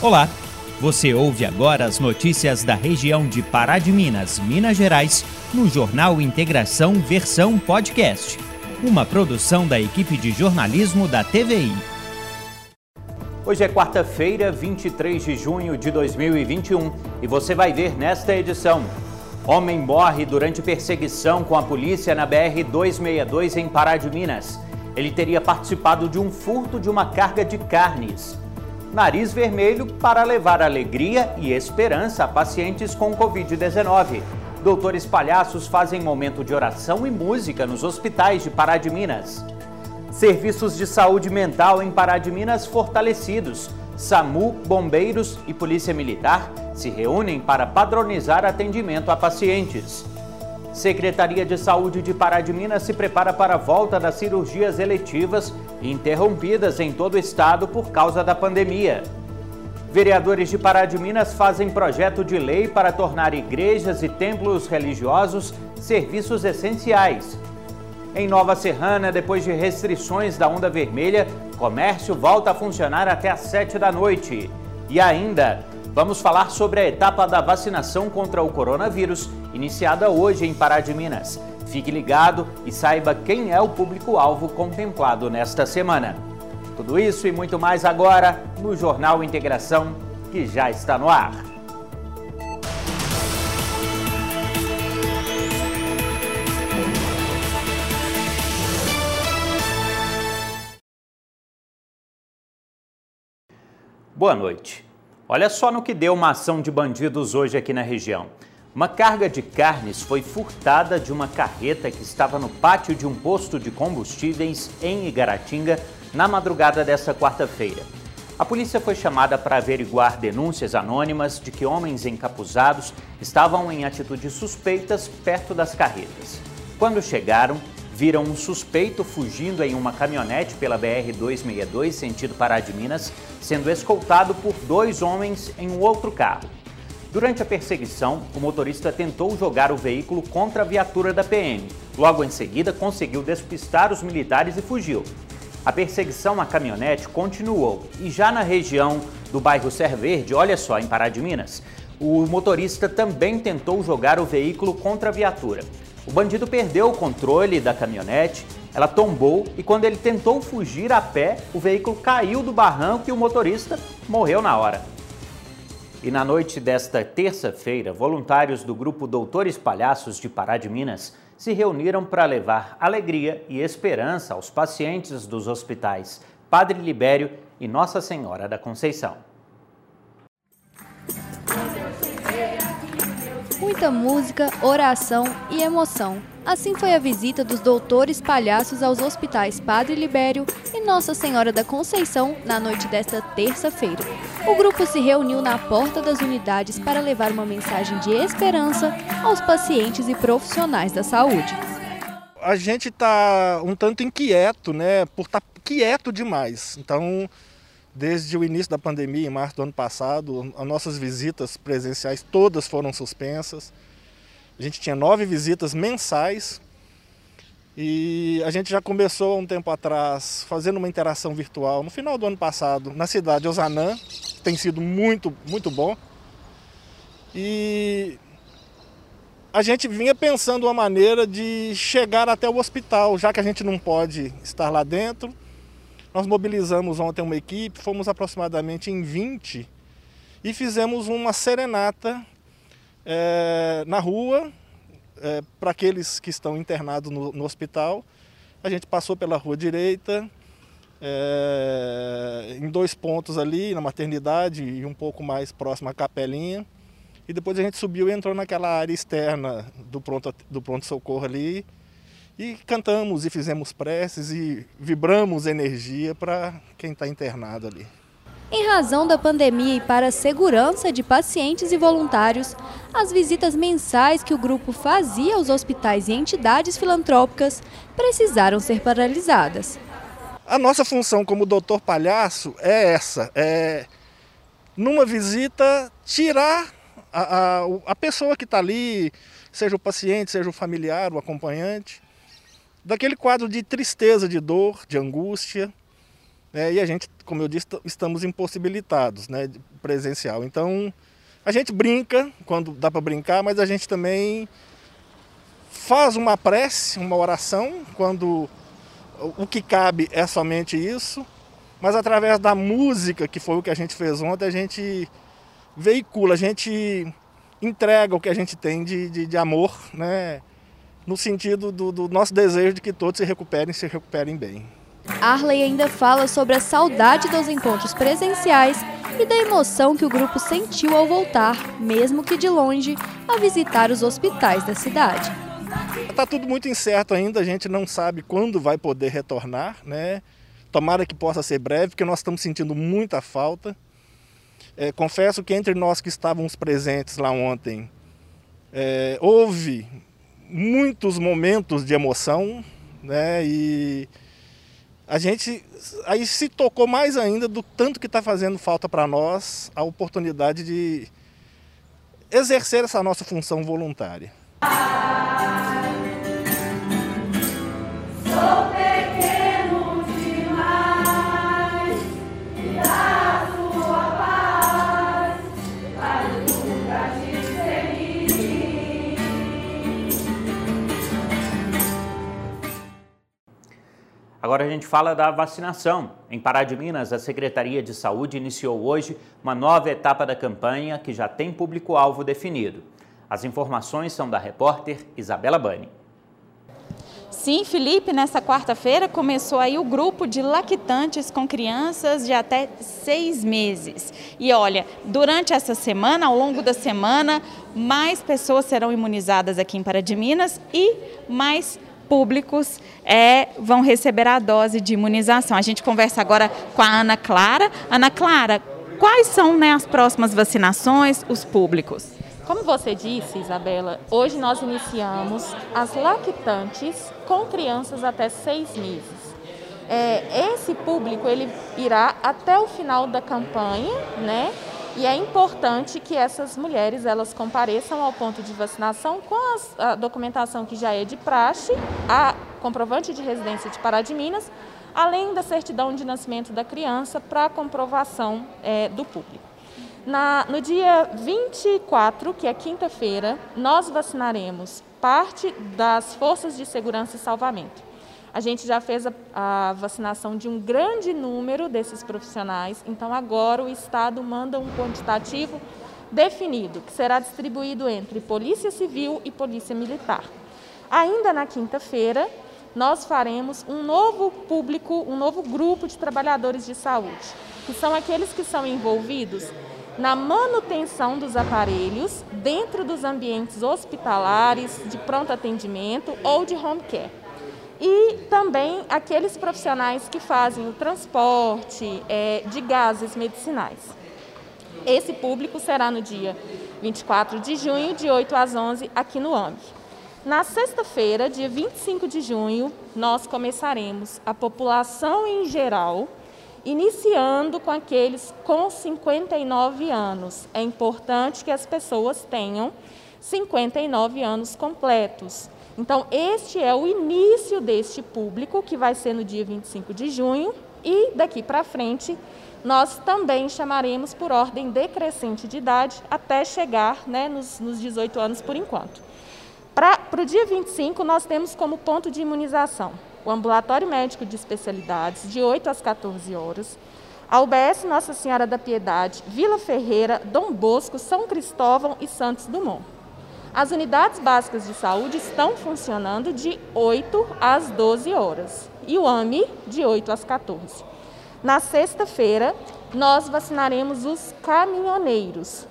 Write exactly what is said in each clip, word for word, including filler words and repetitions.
Olá, você ouve agora as notícias da região de Pará de Minas, Minas Gerais, no Jornal Integração versão podcast, uma produção da equipe de jornalismo da T V I. Hoje é quarta-feira, vinte e três de junho de dois mil e vinte e um, e você vai ver nesta edição: homem morre durante perseguição com a polícia na B R duzentos e sessenta e dois em Pará de Minas. Ele teria participado de um furto de uma carga de carnes. Nariz vermelho para levar alegria e esperança a pacientes com covid dezenove. Doutores palhaços fazem momento de oração e música nos hospitais de Pará de Minas. Serviços de saúde mental em Pará de Minas fortalecidos. SAMU, bombeiros e polícia militar se reúnem para padronizar atendimento a pacientes. Secretaria de Saúde de Pará de Minas se prepara para a volta das cirurgias eletivas interrompidas em todo o estado por causa da pandemia. Vereadores de Pará de Minas fazem projeto de lei para tornar igrejas e templos religiosos serviços essenciais. Em Nova Serrana, depois de restrições da onda vermelha, comércio volta a funcionar até às sete da noite. E ainda, vamos falar sobre a etapa da vacinação contra o coronavírus, iniciada hoje em Pará de Minas. Fique ligado e saiba quem é o público-alvo contemplado nesta semana. Tudo isso e muito mais agora no Jornal Integração, que já está no ar. Boa noite. Olha só no que deu uma ação de bandidos hoje aqui na região. Uma carga de carnes foi furtada de uma carreta que estava no pátio de um posto de combustíveis em Igaratinga na madrugada desta quarta-feira. A polícia foi chamada para averiguar denúncias anônimas de que homens encapuzados estavam em atitudes suspeitas perto das carretas. Quando chegaram, viram um suspeito fugindo em uma caminhonete pela B R duzentos e sessenta e dois, sentido Pará de Minas, sendo escoltado por dois homens em um outro carro. Durante a perseguição, o motorista tentou jogar o veículo contra a viatura da P M. Logo em seguida, conseguiu despistar os militares e fugiu. A perseguição à caminhonete continuou e já na região do bairro Serra Verde, olha só, em Pará de Minas, o motorista também tentou jogar o veículo contra a viatura. O bandido perdeu o controle da caminhonete, ela tombou e quando ele tentou fugir a pé, o veículo caiu do barranco e o motorista morreu na hora. E na noite desta terça-feira, voluntários do grupo Doutores Palhaços de Pará de Minas se reuniram para levar alegria e esperança aos pacientes dos hospitais Padre Libério e Nossa Senhora da Conceição. Muita música, oração e emoção. Assim foi a visita dos doutores palhaços aos hospitais Padre Libério e Nossa Senhora da Conceição na noite desta terça-feira. O grupo se reuniu na porta das unidades para levar uma mensagem de esperança aos pacientes e profissionais da saúde. A gente está um tanto inquieto, né, por estar quieto demais. Então, desde o início da pandemia, em março do ano passado, as nossas visitas presenciais todas foram suspensas. A gente tinha nove visitas mensais e a gente já começou há um tempo atrás fazendo uma interação virtual no final do ano passado na cidade de Ozanam. Tem sido muito, muito bom. E a gente vinha pensando uma maneira de chegar até o hospital, já que a gente não pode estar lá dentro. Nós mobilizamos ontem uma equipe, fomos aproximadamente em vinte e fizemos uma serenata é, na rua é, para aqueles que estão internados no, no hospital. A gente passou pela rua direita, é, em dois pontos ali, na maternidade e um pouco mais próximo à capelinha. E depois a gente subiu e entrou naquela área externa do pronto, do pronto-socorro ali. E cantamos e fizemos preces e vibramos energia para quem está internado ali. Em razão da pandemia e para a segurança de pacientes e voluntários, as visitas mensais que o grupo fazia aos hospitais e entidades filantrópicas precisaram ser paralisadas. A nossa função como doutor palhaço é essa, é numa visita tirar a, a, a pessoa que está ali, seja o paciente, seja o familiar, o acompanhante, daquele quadro de tristeza, de dor, de angústia, né? E a gente, como eu disse, estamos impossibilitados, né, de presencial. Então, a gente brinca quando dá para brincar, mas a gente também faz uma prece, uma oração, quando o que cabe é somente isso, mas através da música, que foi o que a gente fez ontem, a gente veicula, a gente entrega o que a gente tem de, de, de amor, né, no sentido do, do nosso desejo de que todos se recuperem, se recuperem bem. Arley ainda fala sobre a saudade dos encontros presenciais e da emoção que o grupo sentiu ao voltar, mesmo que de longe, a visitar os hospitais da cidade. Está tudo muito incerto ainda, a gente não sabe quando vai poder retornar, né? Tomara que possa ser breve, porque nós estamos sentindo muita falta. É, confesso que entre nós que estávamos presentes lá ontem, é, houve muitos momentos de emoção, né? E a gente aí se tocou mais ainda do tanto que está fazendo falta para nós a oportunidade de exercer essa nossa função voluntária. Sou pequeno demais, e a sua paz vai nunca te ferir. Agora a gente fala da vacinação. Em Pará de Minas, a Secretaria de Saúde iniciou hoje uma nova etapa da campanha que já tem público-alvo definido. As informações são da repórter Isabela Bani. Sim, Felipe, nessa quarta-feira começou aí o grupo de lactantes com crianças de até seis meses. E olha, durante essa semana, ao longo da semana, mais pessoas serão imunizadas aqui em Pará de Minas e mais públicos é, vão receber a dose de imunização. A gente conversa agora com a Ana Clara. Ana Clara, quais são, né, as próximas vacinações, os públicos? Como você disse, Isabela, hoje nós iniciamos as lactantes com crianças até seis meses. É, esse público ele irá até o final da campanha, né? E é importante que essas mulheres elas compareçam ao ponto de vacinação com as, a documentação que já é de praxe, a comprovante de residência de Pará de Minas, além da certidão de nascimento da criança para comprovação é, do público. Na, no dia vinte e quatro, que é quinta-feira, nós vacinaremos parte das Forças de Segurança e Salvamento. A gente já fez a, a vacinação de um grande número desses profissionais, então agora o Estado manda um quantitativo definido, que será distribuído entre Polícia Civil e Polícia Militar. Ainda na quinta-feira, nós faremos um novo público, um novo grupo de trabalhadores de saúde, que são aqueles que são envolvidos na manutenção dos aparelhos dentro dos ambientes hospitalares, de pronto atendimento ou de home care. E também aqueles profissionais que fazem o transporte é, de gases medicinais. Esse público será no dia vinte e quatro de junho, de oito às onze, aqui no A M B. Na sexta-feira, dia vinte e cinco de junho, nós começaremos a população em geral, iniciando com aqueles com cinquenta e nove anos. É importante que as pessoas tenham cinquenta e nove anos completos. Então, este é o início deste público, que vai ser no dia vinte e cinco de junho, e daqui para frente nós também chamaremos por ordem decrescente de idade, até chegar, né, nos, nos dezoito anos por enquanto. Para o dia vinte e cinco, nós temos como ponto de imunização o Ambulatório Médico de Especialidades, de oito às quatorze horas, a U B S Nossa Senhora da Piedade, Vila Ferreira, Dom Bosco, São Cristóvão e Santos Dumont. As unidades básicas de saúde estão funcionando de oito às doze horas e o A M I de oito às quatorze. Na sexta-feira, nós vacinaremos os caminhoneiros,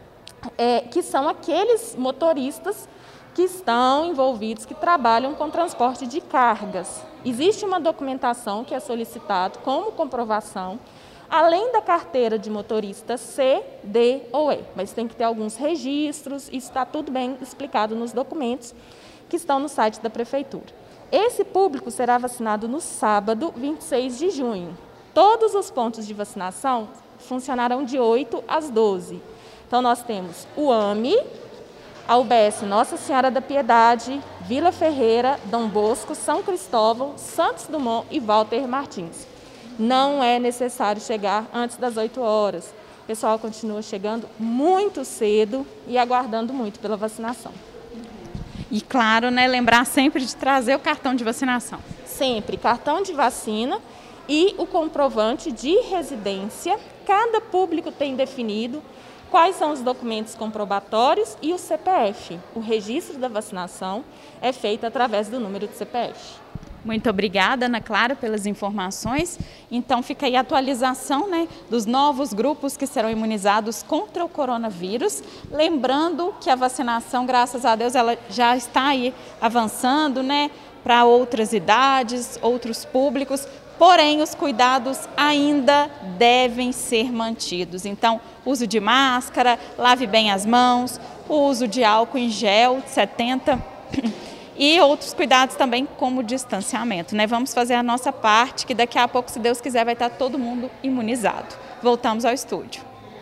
é, que são aqueles motoristas que estão envolvidos, que trabalham com transporte de cargas. Existe uma documentação que é solicitada como comprovação, além da carteira de motorista C, D ou E, mas tem que ter alguns registros, isso está tudo bem explicado nos documentos que estão no site da Prefeitura. Esse público será vacinado no sábado, vinte e seis de junho. Todos os pontos de vacinação funcionarão de oito às doze. Então, nós temos o A M I, a U B S Nossa Senhora da Piedade, Vila Ferreira, Dom Bosco, São Cristóvão, Santos Dumont e Walter Martins. não é necessário chegar antes das oito horas. O pessoal continua chegando muito cedo e aguardando muito pela vacinação. E claro, né, lembrar sempre de trazer o cartão de vacinação. Sempre, cartão de vacina e o comprovante de residência. Cada público tem definido quais são os documentos comprobatórios e o C P F. O registro da vacinação é feito através do número do C P F. Muito obrigada, Ana Clara, pelas informações. Então fica aí a atualização, né, dos novos grupos que serão imunizados contra o coronavírus. Lembrando que a vacinação, graças a Deus, ela já está aí avançando, né, para outras idades, outros públicos. Porém, os cuidados ainda devem ser mantidos. Então, uso de máscara, lave bem as mãos, o uso de álcool em gel setenta e outros cuidados também, como o distanciamento, né? Vamos fazer a nossa parte, que daqui a pouco, se Deus quiser, vai estar todo mundo imunizado. Voltamos ao estúdio.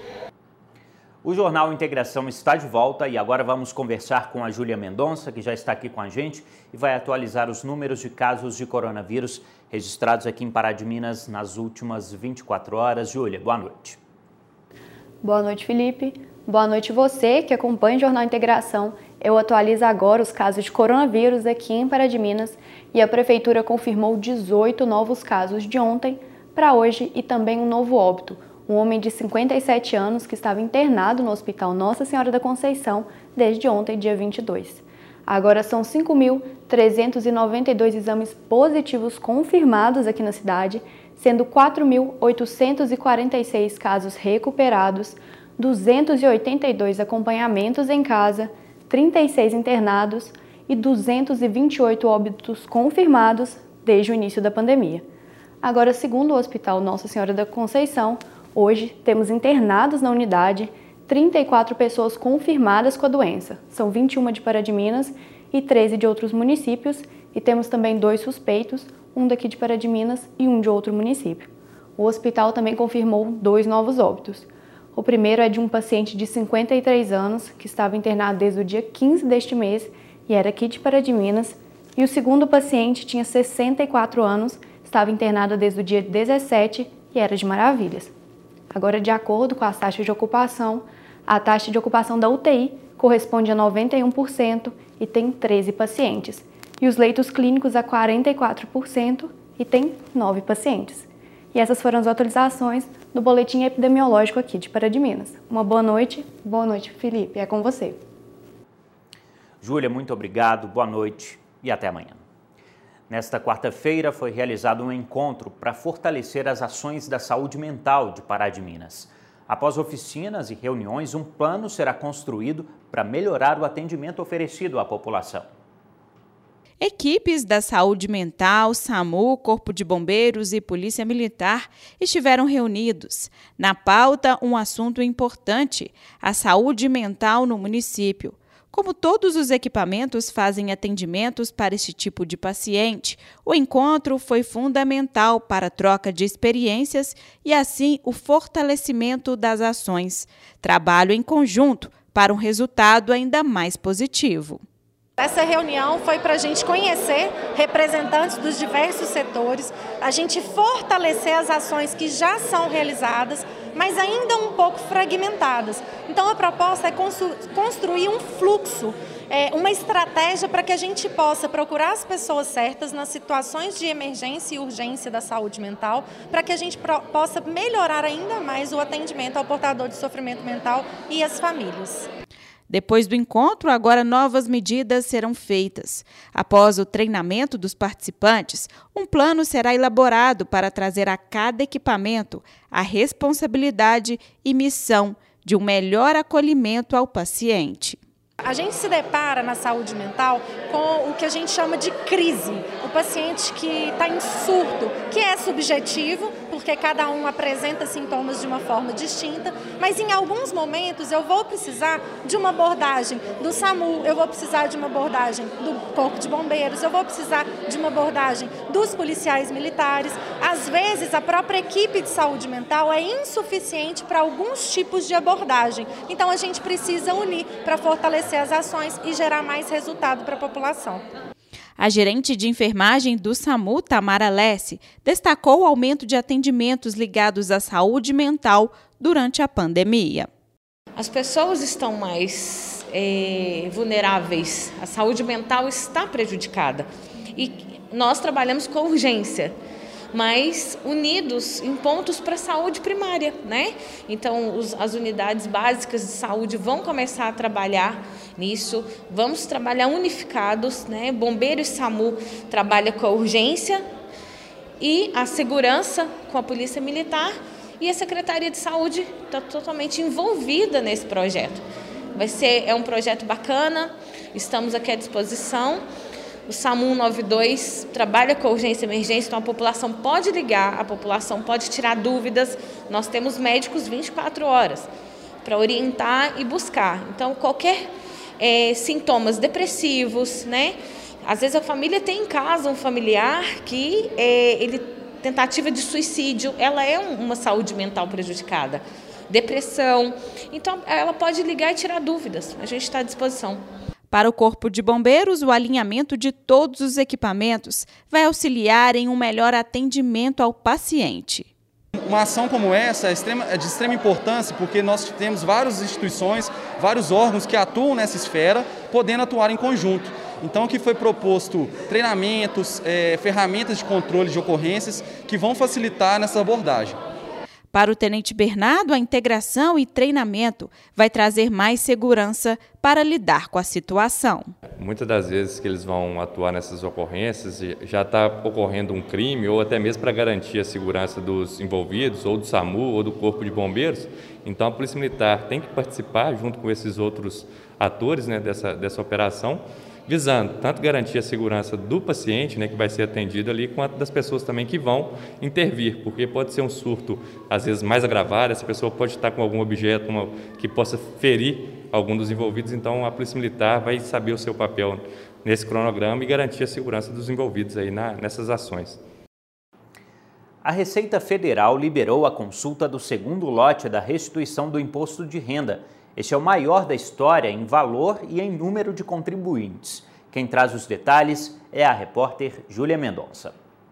O Jornal Integração está de volta e agora vamos conversar com a Júlia Mendonça, que já está aqui com a gente e vai atualizar os números de casos de coronavírus registrados aqui em Pará de Minas nas últimas vinte e quatro horas. Júlia, boa noite. Boa noite, Felipe. Boa noite você que acompanha o Jornal Integração. Eu atualizo agora os casos de coronavírus aqui em Pará de Minas e a Prefeitura confirmou dezoito novos casos de ontem para hoje e também um novo óbito. Um homem de cinquenta e sete anos que estava internado no Hospital Nossa Senhora da Conceição desde ontem, dia vinte e dois. Agora são cinco mil trezentos e noventa e dois exames positivos confirmados aqui na cidade, sendo quatro mil oitocentos e quarenta e seis casos recuperados, duzentos e oitenta e dois acompanhamentos em casa, trinta e seis internados e duzentos e vinte e oito óbitos confirmados desde o início da pandemia. Agora, segundo o Hospital Nossa Senhora da Conceição, hoje temos internados na unidade trinta e quatro pessoas confirmadas com a doença. São vinte e uma de Pará de Minas e treze de outros municípios e temos também dois suspeitos, um daqui de Pará de Minas e um de outro município. O hospital também confirmou dois novos óbitos. O primeiro é de um paciente de cinquenta e três anos que estava internado desde o dia quinze deste mês e era aqui de Pará de Minas. E o segundo paciente tinha sessenta e quatro anos, estava internado desde o dia dezessete e era de Maravilhas. Agora, de acordo com as taxas de ocupação, a taxa de ocupação da U T I corresponde a noventa e um por cento e tem treze pacientes. E os leitos clínicos a quarenta e quatro por cento e tem nove pacientes. E essas foram as atualizações do boletim epidemiológico aqui de Pará de Minas. Uma boa noite. Boa noite, Felipe. É com você. Júlia, muito obrigado. Boa noite e até amanhã. Nesta quarta-feira foi realizado um encontro para fortalecer as ações da saúde mental de Pará de Minas. Após oficinas e reuniões, um plano será construído para melhorar o atendimento oferecido à população. Equipes da saúde mental, SAMU, Corpo de Bombeiros e Polícia Militar estiveram reunidos. Na pauta, um assunto importante: a saúde mental no município. Como todos os equipamentos fazem atendimentos para este tipo de paciente, o encontro foi fundamental para a troca de experiências e, assim, o fortalecimento das ações. Trabalho em conjunto para um resultado ainda mais positivo. Essa reunião foi para a gente conhecer representantes dos diversos setores, a gente fortalecer as ações que já são realizadas, mas ainda um pouco fragmentadas. Então a proposta é construir um fluxo, é, uma estratégia para que a gente possa procurar as pessoas certas nas situações de emergência e urgência da saúde mental, para que a gente possa melhorar ainda mais o atendimento ao portador de sofrimento mental e às famílias. Depois do encontro, agora novas medidas serão feitas. Após o treinamento dos participantes, um plano será elaborado para trazer a cada equipamento a responsabilidade e missão de um melhor acolhimento ao paciente. A gente se depara na saúde mental com o que a gente chama de crise. O paciente que está em surto, que é subjetivo, porque cada um apresenta sintomas de uma forma distinta, mas em alguns momentos eu vou precisar de uma abordagem do SAMU, eu vou precisar de uma abordagem do Corpo de Bombeiros, eu vou precisar de uma abordagem dos policiais militares. Às vezes a própria equipe de saúde mental é insuficiente para alguns tipos de abordagem. Então a gente precisa unir para fortalecer as ações e gerar mais resultado para a população. A gerente de enfermagem do SAMU, Tamara Lesse, destacou o aumento de atendimentos ligados à saúde mental durante a pandemia. As pessoas estão mais é, vulneráveis, a saúde mental está prejudicada e nós trabalhamos com urgência, mas unidos em pontos para a saúde primária, né? Então, os, as unidades básicas de saúde vão começar a trabalhar nisso, vamos trabalhar unificados, né? Bombeiro e SAMU trabalha com a urgência e a segurança com a Polícia Militar e a Secretaria de Saúde está totalmente envolvida nesse projeto. Vai ser, é um projeto bacana, estamos aqui à disposição. O SAMU cento e noventa e dois trabalha com urgência e emergência, então a população pode ligar, a população pode tirar dúvidas. Nós temos médicos vinte e quatro horas para orientar e buscar. Então, qualquer é, sintomas depressivos, né? Às vezes a família tem em casa um familiar que é, ele tentativa de suicídio, ela é um, uma saúde mental prejudicada, depressão. Então, ela pode ligar e tirar dúvidas. A gente está à disposição. Para o Corpo de Bombeiros, o alinhamento de todos os equipamentos vai auxiliar em um melhor atendimento ao paciente. Uma ação como essa é, extrema, é de extrema importância porque nós temos várias instituições, vários órgãos que atuam nessa esfera, podendo atuar em conjunto. Então, aqui foi proposto treinamentos, é, ferramentas de controle de ocorrências que vão facilitar nessa abordagem. Para o Tenente Bernardo, a integração e treinamento vai trazer mais segurança para lidar com a situação. Muitas das vezes que eles vão atuar nessas ocorrências, já está ocorrendo um crime ou até mesmo para garantir a segurança dos envolvidos, ou do SAMU, ou do Corpo de Bombeiros. Então a Polícia Militar tem que participar junto com esses outros atores, né, dessa, dessa operação, visando tanto garantir a segurança do paciente, né, que vai ser atendido ali, quanto das pessoas também que vão intervir, porque pode ser um surto, às vezes, mais agravado, essa pessoa pode estar com algum objeto uma, que possa ferir algum dos envolvidos, então a Polícia Militar vai saber o seu papel nesse cronograma e garantir a segurança dos envolvidos aí na, nessas ações. A Receita Federal liberou a consulta do segundo lote da restituição do imposto de renda. Este é o maior da história em valor e em número de contribuintes. Quem traz os detalhes é a repórter Júlia Mendonça.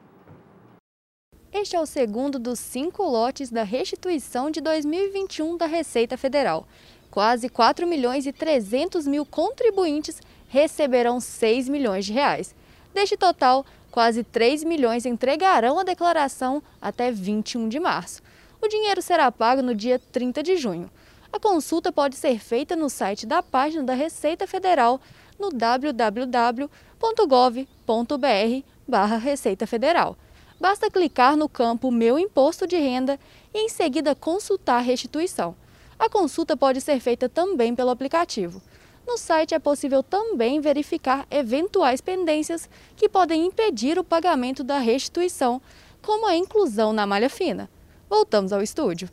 Este é o segundo dos cinco lotes da restituição de dois mil e vinte e um da Receita Federal. Quase quatro milhões e trezentos mil contribuintes receberão seis milhões de reais. Deste total, quase três milhões entregarão a declaração até vinte e um de março. O dinheiro será pago no dia trinta de junho. A consulta pode ser feita no site da página da Receita Federal no w w w ponto gov ponto b r barra Receita Federal. Basta clicar no campo Meu Imposto de Renda e em seguida consultar a restituição. A consulta pode ser feita também pelo aplicativo. No site é possível também verificar eventuais pendências que podem impedir o pagamento da restituição, como a inclusão na malha fina. Voltamos ao estúdio.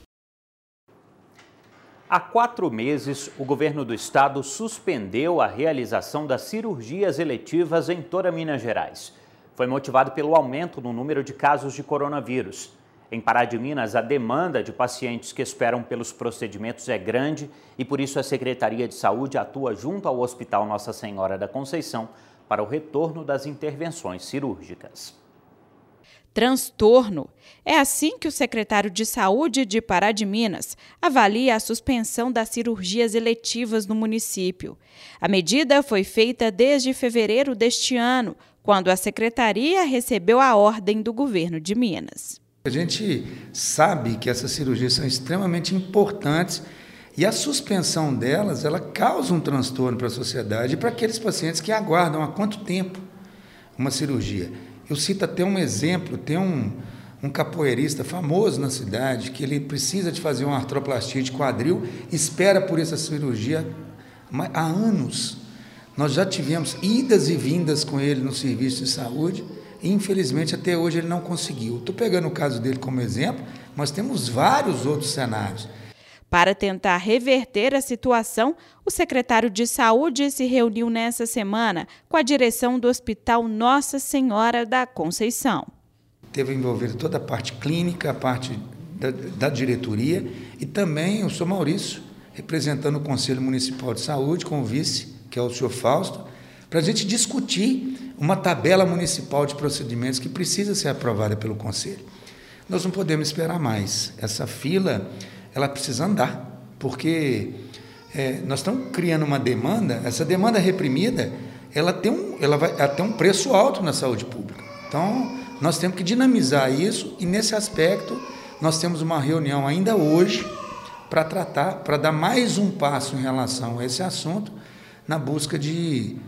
Há quatro meses, o governo do estado suspendeu a realização das cirurgias eletivas em toda Minas Gerais. Foi motivado pelo aumento no número de casos de coronavírus. Em Pará de Minas, a demanda de pacientes que esperam pelos procedimentos é grande e por isso a Secretaria de Saúde atua junto ao Hospital Nossa Senhora da Conceição para o retorno das intervenções cirúrgicas. Transtorno. É assim que o secretário de Saúde de Pará de Minas avalia a suspensão das cirurgias eletivas no município. A medida foi feita desde fevereiro deste ano, quando a secretaria recebeu a ordem do governo de Minas. A gente sabe que essas cirurgias são extremamente importantes e a suspensão delas, ela causa um transtorno para a sociedade e para aqueles pacientes que aguardam há quanto tempo uma cirurgia. Eu cito até um exemplo, tem um, um capoeirista famoso na cidade que ele precisa de fazer uma artroplastia de quadril, espera por essa cirurgia há anos. Nós já tivemos idas e vindas com ele no serviço de saúde e, infelizmente, até hoje ele não conseguiu. Estou pegando o caso dele como exemplo, mas temos vários outros cenários. Para tentar reverter a situação, o secretário de Saúde se reuniu nesta semana com a direção do Hospital Nossa Senhora da Conceição. Teve envolvido toda a parte clínica, a parte da, da diretoria e também o senhor Maurício, representando o Conselho Municipal de Saúde, com o vice, que é o senhor Fausto, para a gente discutir uma tabela municipal de procedimentos que precisa ser aprovada pelo Conselho. Nós não podemos esperar mais. Essa fila, ela precisa andar, porque é, nós estamos criando uma demanda, essa demanda reprimida, ela tem, um, ela vai, ela tem um preço alto na saúde pública. Então, nós temos que dinamizar isso e, nesse aspecto, nós temos uma reunião ainda hoje para tratar, para dar mais um passo em relação a esse assunto, na busca de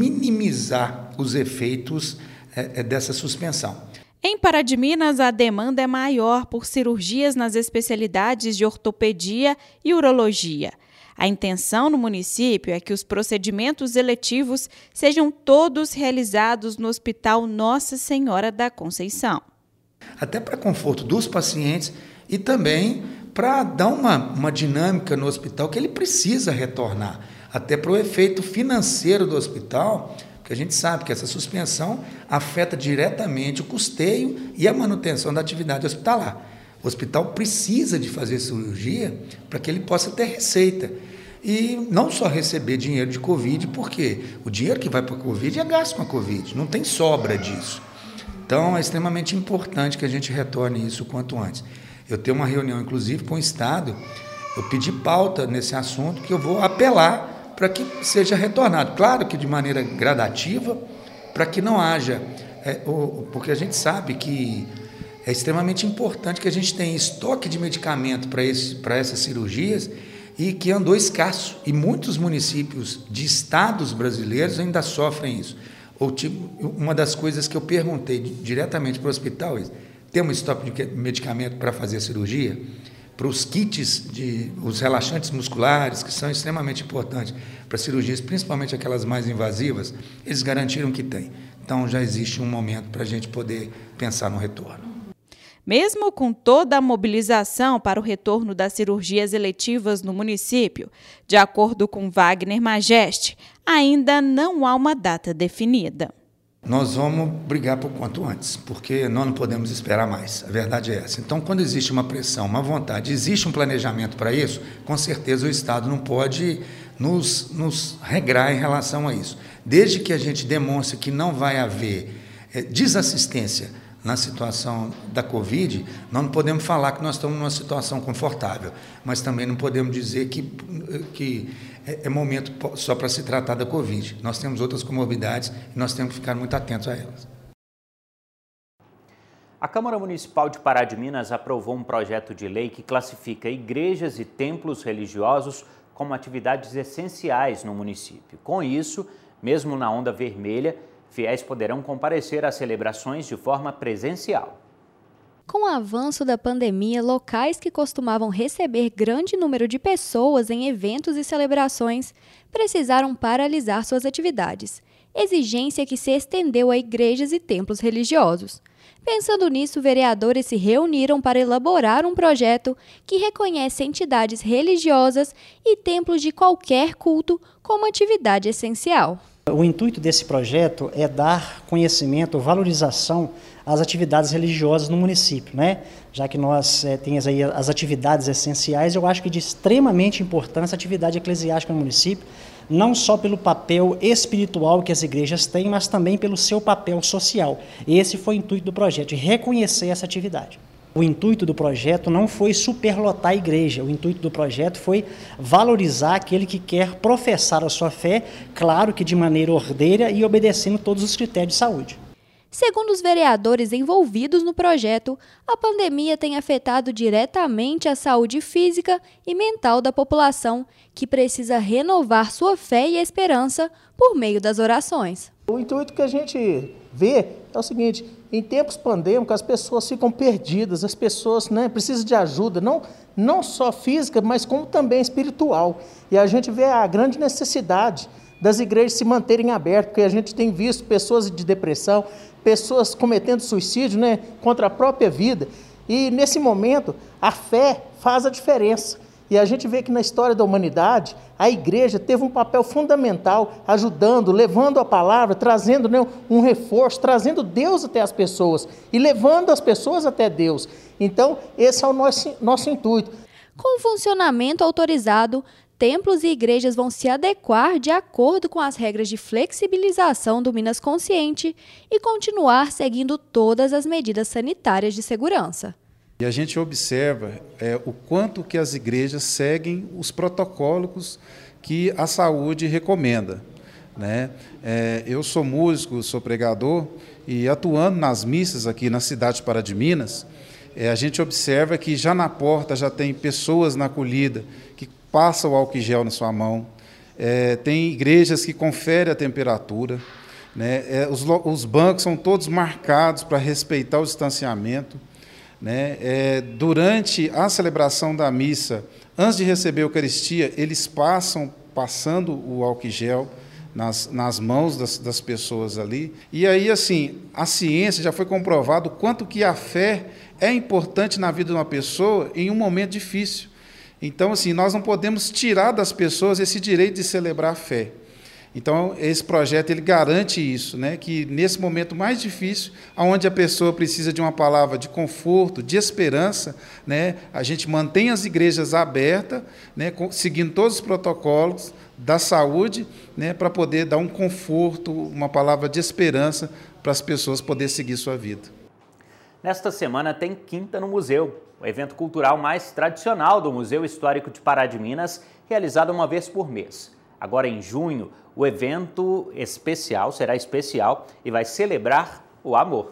minimizar os efeitos é, dessa suspensão. Em Pará de Minas, a demanda é maior por cirurgias nas especialidades de ortopedia e urologia. A intenção no município é que os procedimentos eletivos sejam todos realizados no Hospital Nossa Senhora da Conceição. Até para conforto dos pacientes e também para dar uma, uma dinâmica no hospital que ele precisa retornar, até para o efeito financeiro do hospital, porque a gente sabe que essa suspensão afeta diretamente o custeio e a manutenção da atividade hospitalar. O hospital precisa de fazer cirurgia para que ele possa ter receita e não só receber dinheiro de Covid, porque o dinheiro que vai para a Covid é gasto com a Covid, não tem sobra disso. Então, é extremamente importante que a gente retorne isso o quanto antes. Eu tenho uma reunião, inclusive, com o Estado, eu pedi pauta nesse assunto que eu vou apelar para que seja retornado. Claro que de maneira gradativa, para que não haja... É, o, porque a gente sabe que é extremamente importante que a gente tenha estoque de medicamento para esse, para essas cirurgias e que andou escasso. E muitos municípios de estados brasileiros ainda sofrem isso. Ou, tipo, uma das coisas que eu perguntei diretamente para o hospital é: temos estoque de medicamento para fazer a cirurgia? Para os kits, de, os relaxantes musculares, que são extremamente importantes para cirurgias, principalmente aquelas mais invasivas, eles garantiram que tem. Então, já existe um momento para a gente poder pensar no retorno. Mesmo com toda a mobilização para o retorno das cirurgias eletivas no município, de acordo com Wagner Majeste, ainda não há uma data definida. Nós vamos brigar por quanto antes, porque nós não podemos esperar mais, a verdade é essa. Então, quando existe uma pressão, uma vontade, existe um planejamento para isso, com certeza o Estado não pode nos, nos regrar em relação a isso. Desde que a gente demonstre que não vai haver é, desassistência na situação da Covid, nós não podemos falar que nós estamos numa situação confortável, mas também não podemos dizer que, que é momento só para se tratar da Covid. Nós temos outras comorbidades e nós temos que ficar muito atentos a elas. A Câmara Municipal de Pará de Minas aprovou um projeto de lei que classifica igrejas e templos religiosos como atividades essenciais no município. Com isso, mesmo na onda vermelha, fiéis poderão comparecer às celebrações de forma presencial. Com o avanço da pandemia, locais que costumavam receber grande número de pessoas em eventos e celebrações precisaram paralisar suas atividades, exigência que se estendeu a igrejas e templos religiosos. Pensando nisso, vereadores se reuniram para elaborar um projeto que reconhece entidades religiosas e templos de qualquer culto como atividade essencial. O intuito desse projeto é dar conhecimento, valorização às atividades religiosas no município, né? Já que nós é, temos aí as atividades essenciais, eu acho que de extremamente importância a atividade eclesiástica no município, não só pelo papel espiritual que as igrejas têm, mas também pelo seu papel social. Esse foi o intuito do projeto, de reconhecer essa atividade. O intuito do projeto não foi superlotar a igreja, o intuito do projeto foi valorizar aquele que quer professar a sua fé, claro que de maneira ordeira e obedecendo todos os critérios de saúde. Segundo os vereadores envolvidos no projeto, a pandemia tem afetado diretamente a saúde física e mental da população, que precisa renovar sua fé e esperança por meio das orações. O intuito que a gente vê é o seguinte: em tempos pandêmicos as pessoas ficam perdidas, as pessoas, né, precisam de ajuda, não, não só física, mas como também espiritual. E a gente vê a grande necessidade das igrejas se manterem abertas, porque a gente tem visto pessoas de depressão, pessoas cometendo suicídio, né, contra a própria vida. E nesse momento a fé faz a diferença. E a gente vê que na história da humanidade, a igreja teve um papel fundamental, ajudando, levando a palavra, trazendo, né, um reforço, trazendo Deus até as pessoas e levando as pessoas até Deus. Então, esse é o nosso, nosso intuito. Com funcionamento autorizado, templos e igrejas vão se adequar de acordo com as regras de flexibilização do Minas Consciente e continuar seguindo todas as medidas sanitárias de segurança. E a gente observa é, o quanto que as igrejas seguem os protocolos que a saúde recomenda, né? É, eu sou músico, sou pregador, e atuando nas missas aqui na cidade de Pará de Minas, é, a gente observa que já na porta já tem pessoas na acolhida que passam o álcool gel na sua mão, é, tem igrejas que conferem a temperatura, né? É, os, os bancos são todos marcados para respeitar o distanciamento, né? É, durante a celebração da missa, antes de receber a Eucaristia, eles passam passando o álcool gel nas, nas mãos das, das pessoas ali. E aí, assim, a ciência já foi comprovado o quanto que a fé é importante na vida de uma pessoa em um momento difícil. Então, assim, nós não podemos tirar das pessoas esse direito de celebrar a fé. Então, esse projeto ele garante isso, né? Que nesse momento mais difícil, onde a pessoa precisa de uma palavra de conforto, de esperança, né? A gente mantém as igrejas abertas, né? Seguindo todos os protocolos da saúde, né? Para poder dar um conforto, uma palavra de esperança para as pessoas poderem seguir sua vida. Nesta semana tem Quinta no Museu, o evento cultural mais tradicional do Museu Histórico de Pará de Minas, realizado uma vez por mês. Agora, em junho, o evento especial será especial e vai celebrar o amor.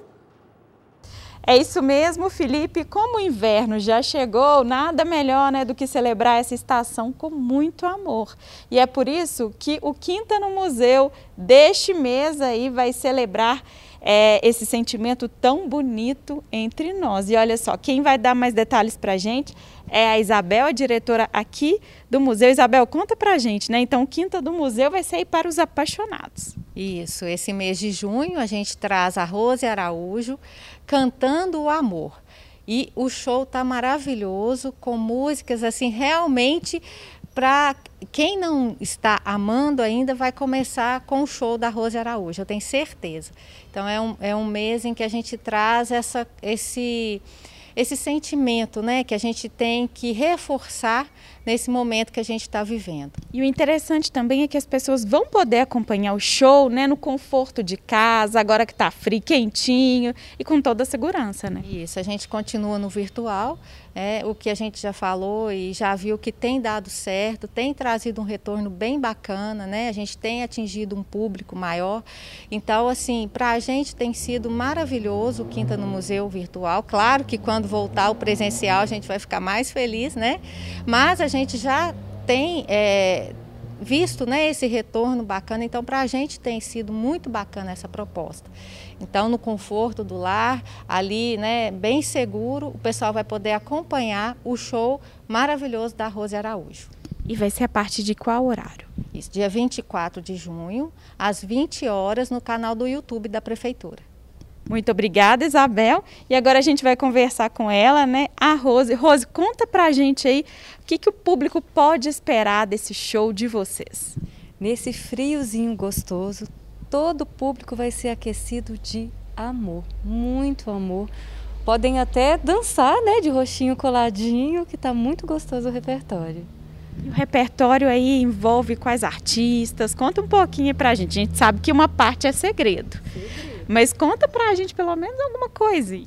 É isso mesmo, Felipe. Como o inverno já chegou, nada melhor, né, do que celebrar essa estação com muito amor. E é por isso que o Quinta no Museu deste mês aí vai celebrar é, esse sentimento tão bonito entre nós. E olha só, quem vai dar mais detalhes para a gente é a Isabel, a diretora aqui do museu. Isabel, conta pra gente, né? Então, Quinta do Museu vai ser para os apaixonados. Isso, esse mês de junho a gente traz a Rose Araújo cantando o amor. E o show tá maravilhoso, com músicas assim, realmente para quem não está amando ainda, vai começar com o show da Rose Araújo, eu tenho certeza. Então, é um, é um mês em que a gente traz essa, esse... esse sentimento, né, que a gente tem que reforçar nesse momento que a gente está vivendo. E o interessante também é que as pessoas vão poder acompanhar o show, né, no conforto de casa, agora que está frio, quentinho e com toda a segurança, né? Isso, a gente continua no virtual, é, o que a gente já falou e já viu que tem dado certo, tem trazido um retorno bem bacana, né? A gente tem atingido um público maior. Então, assim, para a gente tem sido maravilhoso o Quinta no Museu virtual. Claro que quando voltar o presencial a gente vai ficar mais feliz, né? Mas a gente já tem é, visto, né, esse retorno bacana, então para a gente tem sido muito bacana essa proposta. Então, no conforto do lar, ali, né, bem seguro, o pessoal vai poder acompanhar o show maravilhoso da Rose Araújo. E vai ser a partir de qual horário? Isso, dia vinte e quatro de junho, às vinte horas, no canal do YouTube da Prefeitura. Muito obrigada, Isabel. E agora a gente vai conversar com ela, né? A Rose. Rose, conta pra gente aí o que, que o público pode esperar desse show de vocês. Nesse friozinho gostoso, todo o público vai ser aquecido de amor, muito amor. Podem até dançar, né, de roxinho coladinho, que tá muito gostoso o repertório. E o repertório aí envolve quais artistas? Conta um pouquinho pra gente. A gente sabe que uma parte é segredo. segredo. Mas conta pra gente pelo menos alguma coisa.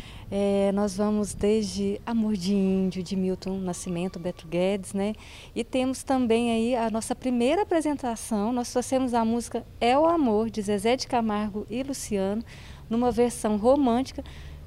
É, nós vamos desde Amor de Índio, de Milton Nascimento, Beto Guedes, né? E temos também aí a nossa primeira apresentação. Nós trouxemos a música É o Amor, de Zezé de Camargo e Luciano, numa versão romântica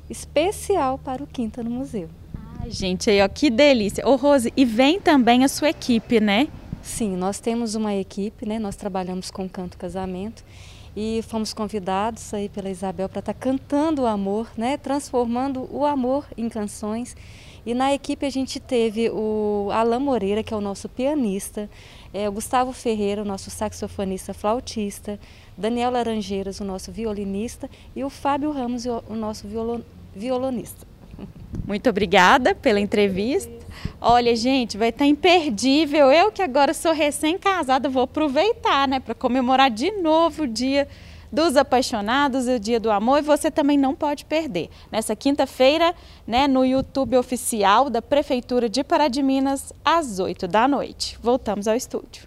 especial para o Quinta no Museu. Ai, gente, aí, ó, que delícia. Ô, Rose, e vem também a sua equipe, né? Sim, nós temos uma equipe, né? Nós trabalhamos com Canto Casamento. E fomos convidados aí pela Isabel para estar tá cantando o amor, né? Transformando o amor em canções. E na equipe a gente teve o Alan Moreira, que é o nosso pianista, é, o Gustavo Ferreira, o nosso saxofonista flautista, Daniel Laranjeiras, o nosso violinista, e o Fábio Ramos, o nosso violon, violonista. Muito obrigada pela entrevista. Olha, gente, vai estar imperdível. Eu que agora sou recém-casada, vou aproveitar, né, para comemorar de novo o dia dos Apaixonados, o Dia do Amor, e você também não pode perder. Nessa quinta-feira, né, no YouTube oficial da Prefeitura de Pará de Minas, às oito da noite. Voltamos ao estúdio.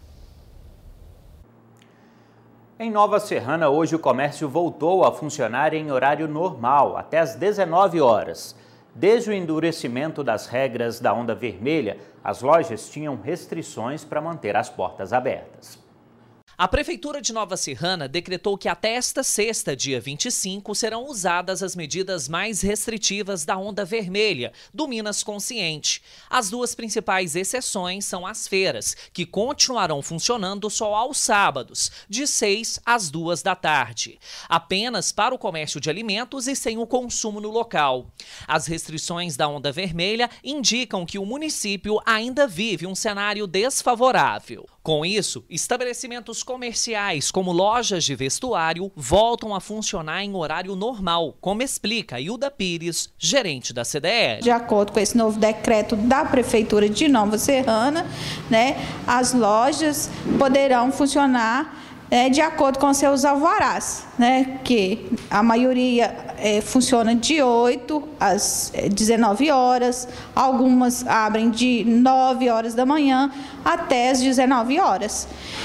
Em Nova Serrana, hoje o comércio voltou a funcionar em horário normal, até às dezenove horas. Desde o endurecimento das regras da onda vermelha, as lojas tinham restrições para manter as portas abertas. A Prefeitura de Nova Serrana decretou que até esta sexta, dia vinte e cinco, serão usadas as medidas mais restritivas da onda vermelha, do Minas Consciente. As duas principais exceções são as feiras, que continuarão funcionando só aos sábados, de seis às duas da tarde. Apenas para o comércio de alimentos e sem o consumo no local. As restrições da onda vermelha indicam que o município ainda vive um cenário desfavorável. Com isso, estabelecimentos comerciais como lojas de vestuário voltam a funcionar em horário normal, como explica Hilda Pires, gerente da C D E. De acordo com esse novo decreto da Prefeitura de Nova Serrana, né, as lojas poderão funcionar É, de acordo com seus alvarás, né, que a maioria é, funciona de oito às dezenove horas, algumas abrem de nove horas da manhã até as dezenove horas.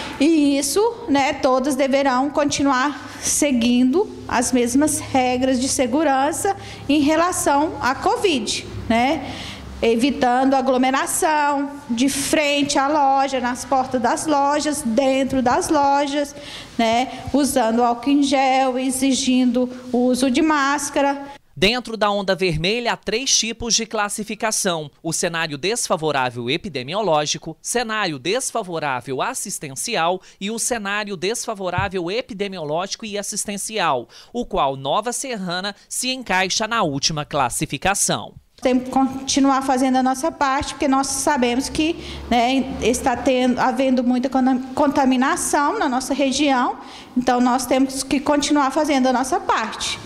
E isso, né, todas deverão continuar seguindo as mesmas regras de segurança em relação à Covid, né? Evitando aglomeração de frente à loja, nas portas das lojas, dentro das lojas, né? Usando álcool em gel, exigindo o uso de máscara. Dentro da onda vermelha, há três tipos de classificação: o cenário desfavorável epidemiológico, cenário desfavorável assistencial e o cenário desfavorável epidemiológico e assistencial, o qual Nova Serrana se encaixa na última classificação. Temos que continuar fazendo a nossa parte, porque nós sabemos que, né, está tendo, havendo muita contaminação na nossa região, então nós temos que continuar fazendo a nossa parte.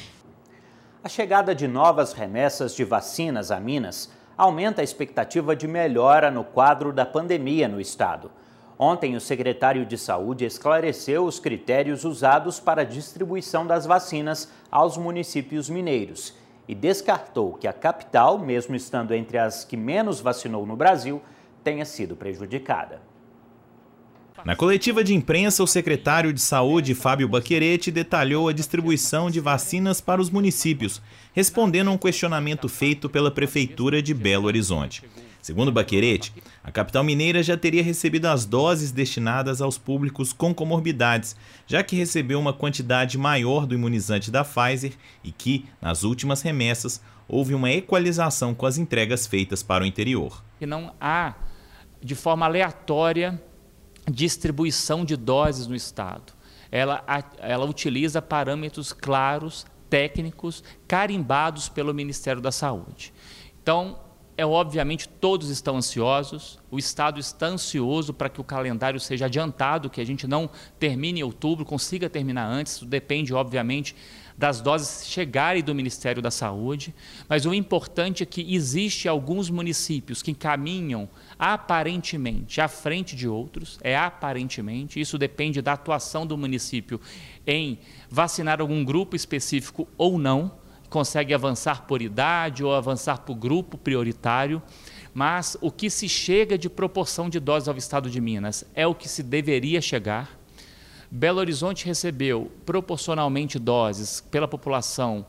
A chegada de novas remessas de vacinas a Minas aumenta a expectativa de melhora no quadro da pandemia no estado. Ontem, o secretário de Saúde esclareceu os critérios usados para a distribuição das vacinas aos municípios mineiros e descartou que a capital, mesmo estando entre as que menos vacinou no Brasil, tenha sido prejudicada. Na coletiva de imprensa, o secretário de Saúde, Fábio Baquerete, detalhou a distribuição de vacinas para os municípios, respondendo a um questionamento feito pela Prefeitura de Belo Horizonte. Segundo Baquerete, a capital mineira já teria recebido as doses destinadas aos públicos com comorbidades, já que recebeu uma quantidade maior do imunizante da Pfizer e que, nas últimas remessas, houve uma equalização com as entregas feitas para o interior. E não há, de forma aleatória, distribuição de doses no estado. Ela, ela utiliza parâmetros claros, técnicos, carimbados pelo Ministério da Saúde. Então, é obviamente, todos estão ansiosos, o estado está ansioso para que o calendário seja adiantado, que a gente não termine em outubro, consiga terminar antes, isso depende, obviamente, das doses chegarem do Ministério da Saúde, mas o importante é que existe alguns municípios que caminham aparentemente à frente de outros, é aparentemente, isso depende da atuação do município em vacinar algum grupo específico ou não, consegue avançar por idade ou avançar por grupo prioritário, mas o que se chega de proporção de doses ao estado de Minas é o que se deveria chegar. Belo Horizonte recebeu proporcionalmente doses pela população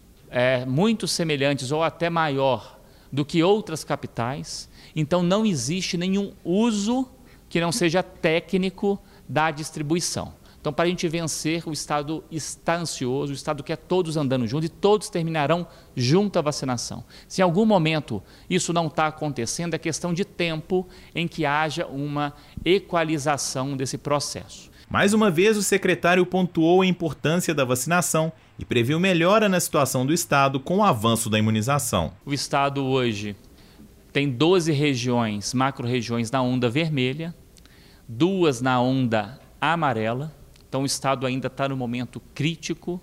é, muito semelhantes ou até maior do que outras capitais, então não existe nenhum uso que não seja técnico da distribuição. Então, para a gente vencer, o Estado está ansioso, o Estado quer todos andando juntos e todos terminarão junto à vacinação. Se em algum momento isso não está acontecendo, é questão de tempo em que haja uma equalização desse processo. Mais uma vez, o secretário pontuou a importância da vacinação e previu melhora na situação do Estado com o avanço da imunização. O Estado hoje tem doze regiões, macro-regiões na onda vermelha, duas na onda amarela. Então, o Estado ainda está no momento crítico,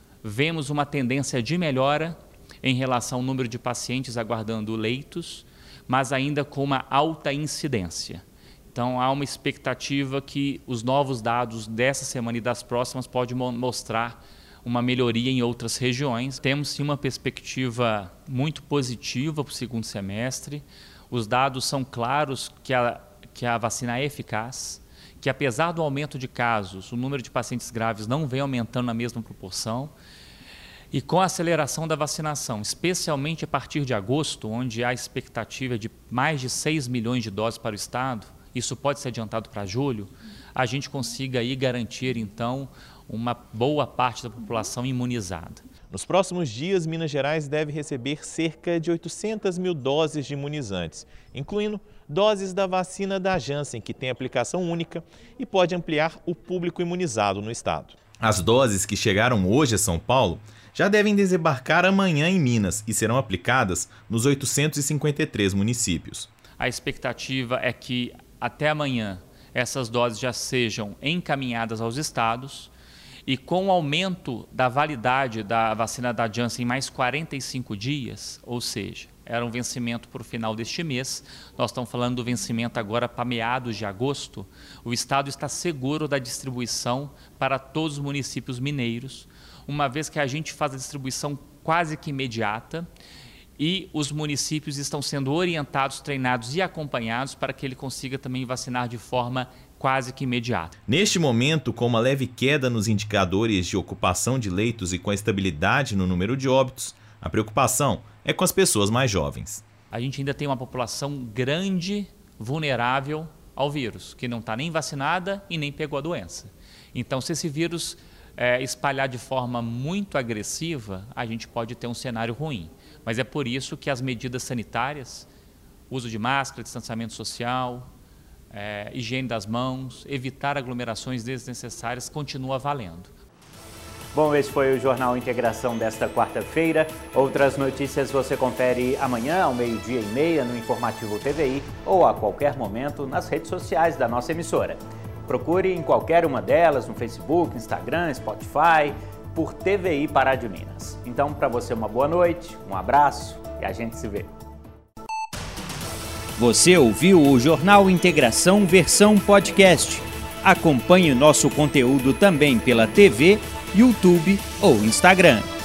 vemos uma tendência de melhora em relação ao número de pacientes aguardando leitos, mas ainda com uma alta incidência. Então, há uma expectativa que os novos dados dessa semana e das próximas podem mostrar uma melhoria em outras regiões. Temos sim uma perspectiva muito positiva para o segundo semestre. Os dados são claros que a, que a vacina é eficaz, que apesar do aumento de casos, o número de pacientes graves não vem aumentando na mesma proporção. E com a aceleração da vacinação, especialmente a partir de agosto, onde há expectativa de mais de seis milhões de doses para o Estado, isso pode ser adiantado para julho, a gente consiga aí garantir, então, uma boa parte da população imunizada. Nos próximos dias, Minas Gerais deve receber cerca de oitocentas mil doses de imunizantes, incluindo doses da vacina da Janssen, que tem aplicação única e pode ampliar o público imunizado no estado. As doses que chegaram hoje a São Paulo já devem desembarcar amanhã em Minas e serão aplicadas nos oitocentos e cinquenta e três municípios. A expectativa é que até amanhã essas doses já sejam encaminhadas aos estados e com o aumento da validade da vacina da Janssen em mais quarenta e cinco dias, ou seja, era um vencimento para o final deste mês, nós estamos falando do vencimento agora para meados de agosto, o estado está seguro da distribuição para todos os municípios mineiros, uma vez que a gente faz a distribuição quase que imediata e os municípios estão sendo orientados, treinados e acompanhados para que ele consiga também vacinar de forma quase que imediata. Neste momento, com uma leve queda nos indicadores de ocupação de leitos e com a estabilidade no número de óbitos, a preocupação é com as pessoas mais jovens. A gente ainda tem uma população grande, vulnerável ao vírus, que não está nem vacinada e nem pegou a doença. Então, se esse vírus é, espalhar de forma muito agressiva, a gente pode ter um cenário ruim. Mas é por isso que as medidas sanitárias, uso de máscara, distanciamento social, é, higiene das mãos, evitar aglomerações desnecessárias, continua valendo. Bom, esse foi o Jornal Integração desta quarta-feira. Outras notícias você confere amanhã, ao meio-dia e meia, no Informativo T V I ou a qualquer momento nas redes sociais da nossa emissora. Procure em qualquer uma delas, no Facebook, Instagram, Spotify, por T V I Pará de Minas. Então, para você, uma boa noite, um abraço e a gente se vê. Você ouviu o Jornal Integração versão podcast. Acompanhe o nosso conteúdo também pela T V, YouTube ou Instagram.